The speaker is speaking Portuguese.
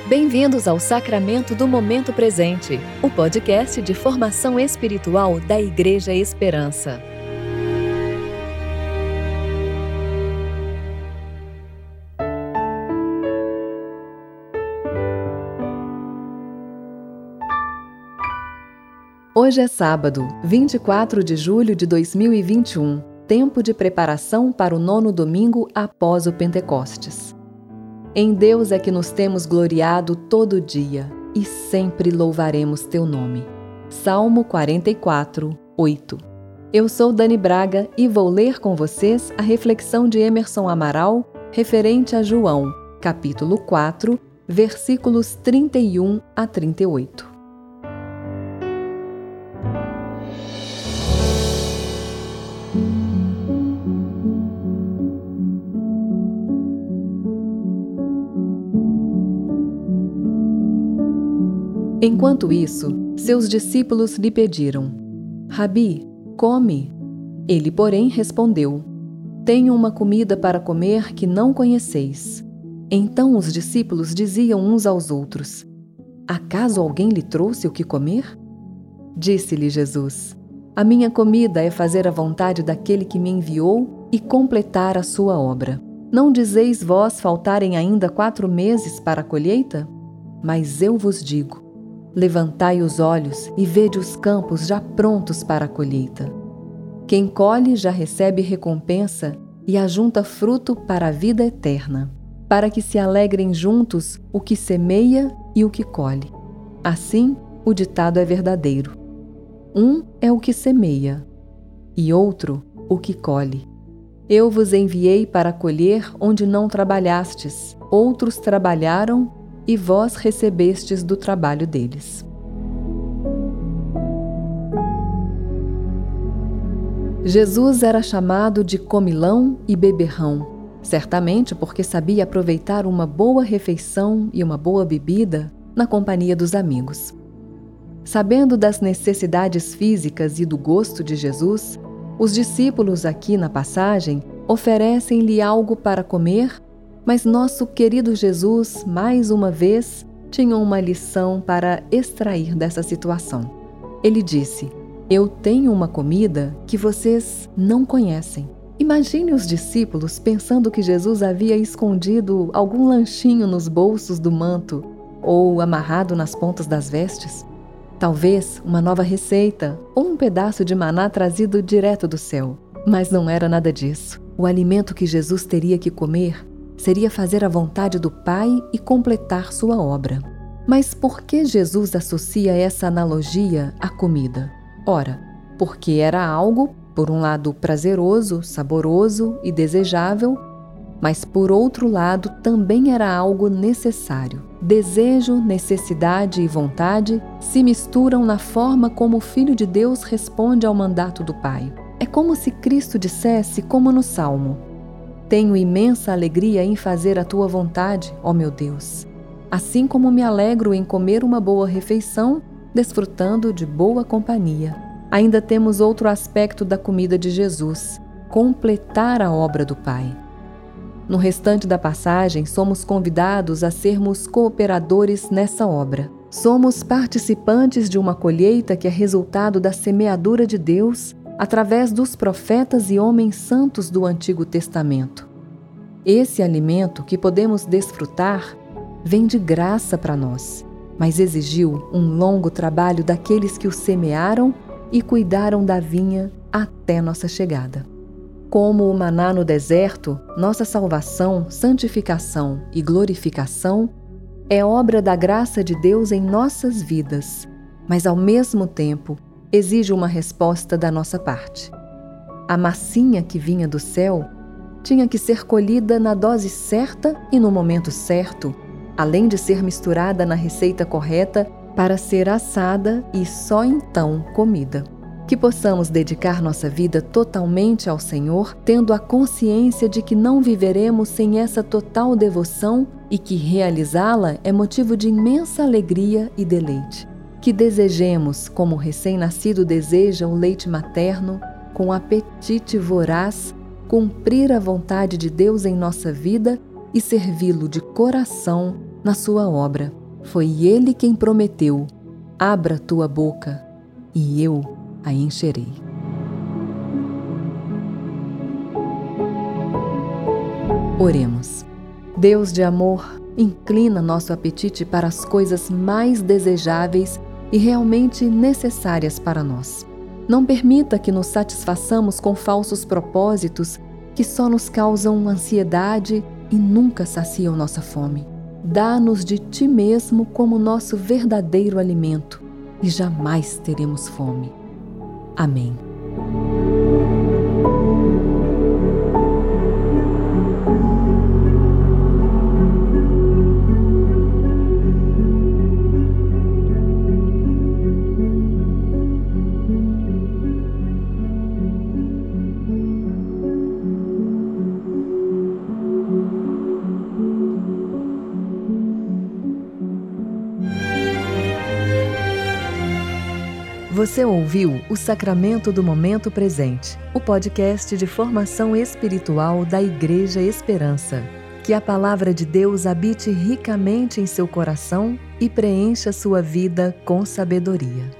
Bem-vindos ao Sacramento do Momento Presente, o podcast de formação espiritual da Igreja Esperança. Hoje é sábado, 24 de julho de 2021, tempo de preparação para o 9º domingo após o Pentecostes. Em Deus é que nos temos gloriado todo dia e sempre louvaremos Teu nome. Salmo 44, 8. Eu sou Dani Braga e vou ler com vocês a reflexão de Emerson Amaral referente a João, capítulo 4, versículos 31 a 38. Enquanto isso, seus discípulos lhe pediram: Rabi, come. Ele, porém, respondeu: Tenho uma comida para comer que não conheceis. Então os discípulos diziam uns aos outros: Acaso alguém lhe trouxe o que comer? Disse-lhe Jesus: A minha comida é fazer a vontade daquele que me enviou e completar a sua obra. Não dizeis vós faltarem ainda 4 meses para a colheita? Mas eu vos digo: levantai os olhos e vede os campos já prontos para a colheita. Quem colhe já recebe recompensa e ajunta fruto para a vida eterna, para que se alegrem juntos o que semeia e o que colhe. Assim, o ditado é verdadeiro. Um é o que semeia, e outro o que colhe. Eu vos enviei para colher onde não trabalhastes, outros trabalharam e vós recebestes do trabalho deles. Jesus era chamado de comilão e beberrão, certamente porque sabia aproveitar uma boa refeição e uma boa bebida na companhia dos amigos. Sabendo das necessidades físicas e do gosto de Jesus, os discípulos aqui na passagem oferecem-lhe algo para comer. Mas nosso querido Jesus, mais uma vez, tinha uma lição para extrair dessa situação. Ele disse: Eu tenho uma comida que vocês não conhecem. Imagine os discípulos pensando que Jesus havia escondido algum lanchinho nos bolsos do manto ou amarrado nas pontas das vestes. Talvez uma nova receita ou um pedaço de maná trazido direto do céu. Mas não era nada disso. O alimento que Jesus teria que comer seria fazer a vontade do Pai e completar sua obra. Mas por que Jesus associa essa analogia à comida? Ora, porque era algo, por um lado, prazeroso, saboroso e desejável, mas por outro lado também era algo necessário. Desejo, necessidade e vontade se misturam na forma como o Filho de Deus responde ao mandato do Pai. É como se Cristo dissesse, como no Salmo: Tenho imensa alegria em fazer a Tua vontade, ó meu Deus, assim como me alegro em comer uma boa refeição, desfrutando de boa companhia. Ainda temos outro aspecto da comida de Jesus: completar a obra do Pai. No restante da passagem, somos convidados a sermos cooperadores nessa obra. Somos participantes de uma colheita que é resultado da semeadura de Deus através dos profetas e homens santos do Antigo Testamento. Esse alimento que podemos desfrutar vem de graça para nós, mas exigiu um longo trabalho daqueles que o semearam e cuidaram da vinha até nossa chegada. Como o maná no deserto, nossa salvação, santificação e glorificação é obra da graça de Deus em nossas vidas, mas ao mesmo tempo exige uma resposta da nossa parte. A massinha que vinha do céu tinha que ser colhida na dose certa e no momento certo, além de ser misturada na receita correta para ser assada e só então comida. Que possamos dedicar nossa vida totalmente ao Senhor, tendo a consciência de que não viveremos sem essa total devoção e que realizá-la é motivo de imensa alegria e deleite. Que desejemos, como o recém-nascido deseja o leite materno, com apetite voraz, cumprir a vontade de Deus em nossa vida e servi-lo de coração na sua obra. Foi Ele quem prometeu: abra tua boca e eu a encherei. Oremos. Deus de amor, inclina nosso apetite para as coisas mais desejáveis e realmente necessárias para nós. Não permita que nos satisfaçamos com falsos propósitos que só nos causam ansiedade e nunca saciam nossa fome. Dá-nos de Ti mesmo como nosso verdadeiro alimento e jamais teremos fome. Amém. Você ouviu o Sacramento do Momento Presente, o podcast de formação espiritual da Igreja Esperança. Que a Palavra de Deus habite ricamente em seu coração e preencha sua vida com sabedoria.